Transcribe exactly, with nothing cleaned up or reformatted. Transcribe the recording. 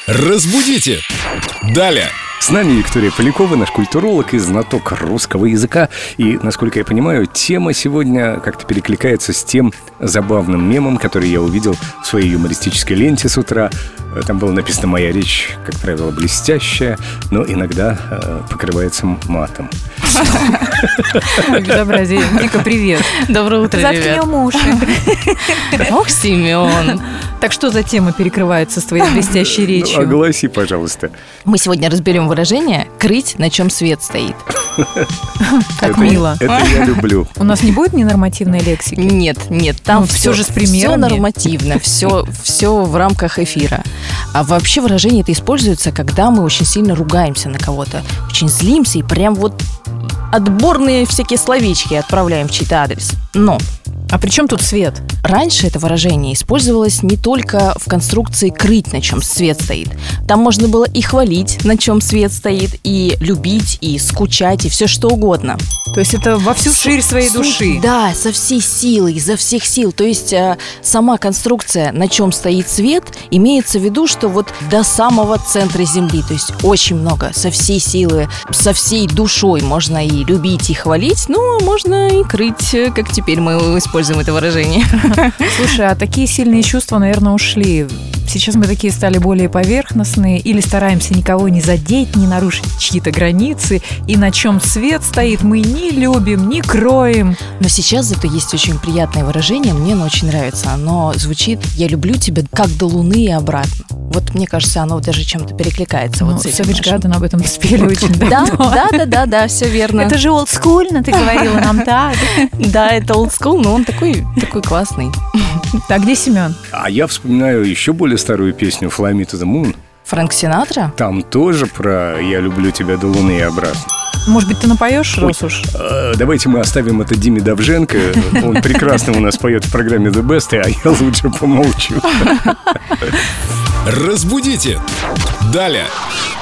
Разбудите! Далее! С нами Виктория Полякова, наш культуролог и знаток русского языка. И, насколько я понимаю, тема сегодня как-то перекликается с тем забавным мемом, который я увидел в своей юмористической ленте с утра. Там было написано: «Моя речь, как правило, блестящая, но иногда э, покрывается матом». Безобразие. Вика, привет. Доброе утро, ребят. Заткнем уши. Ох, Семен. Так что за тема перекрывается с твоей блестящей речью? Ну, огласи, пожалуйста. Мы сегодня разберем выражение «крыть, на чем свет стоит». Как Это- мило. Это я люблю. У нас не будет ненормативной лексики? Нет, нет, там Ну, все, всё же с все примерами. нормативно, все, все в рамках эфира. А вообще выражение это используется, когда мы очень сильно ругаемся на кого-то, очень злимся и прям вот отборные всякие словечки отправляем в чей-то адрес. Но А при чем тут свет? раньше это выражение использовалось не только в конструкции «крыть, на чем свет стоит». Там можно было и хвалить, на чем свет стоит, и любить, и скучать, и все что угодно. То есть это во всю ширь своей Суть- души. Да, со всей силы, изо всех сил. То есть э, сама конструкция, на чем стоит свет, имеется в виду, что вот до самого центра Земли, то есть очень много, со всей силы, со всей душой можно и любить, и хвалить, ну, а можно и крыть, э, как теперь мы используем это выражение. Слушай, а такие сильные чувства, наверное, ушли. Сейчас мы такие стали более поверхностные или стараемся никого не задеть, не нарушить чьи-то границы. И на чем свет стоит, мы не любим, не кроем. Но сейчас зато есть очень приятное выражение, мне оно очень нравится. Оно звучит «я люблю тебя как до луны и обратно». Вот мне кажется, оно даже чем-то перекликается. Ну, вот с этим Savage нашим. Garden об этом спели очень Да, давно. да, да, да, да, все верно. Это же олдскульно, ты говорила нам так. Да, это old school, но он такой, такой классный. Так, где Семен? А я вспоминаю еще более старую песню «Fly Me to the Moon». Фрэнк Синатра? Там тоже про «Я люблю тебя до луны и обратно». Может быть, ты напоешь, раз уж? Э, Давайте мы оставим это Диме Довженко. Он прекрасно у нас поет в программе The Best, а я лучше помолчу. Разбудите! Далее!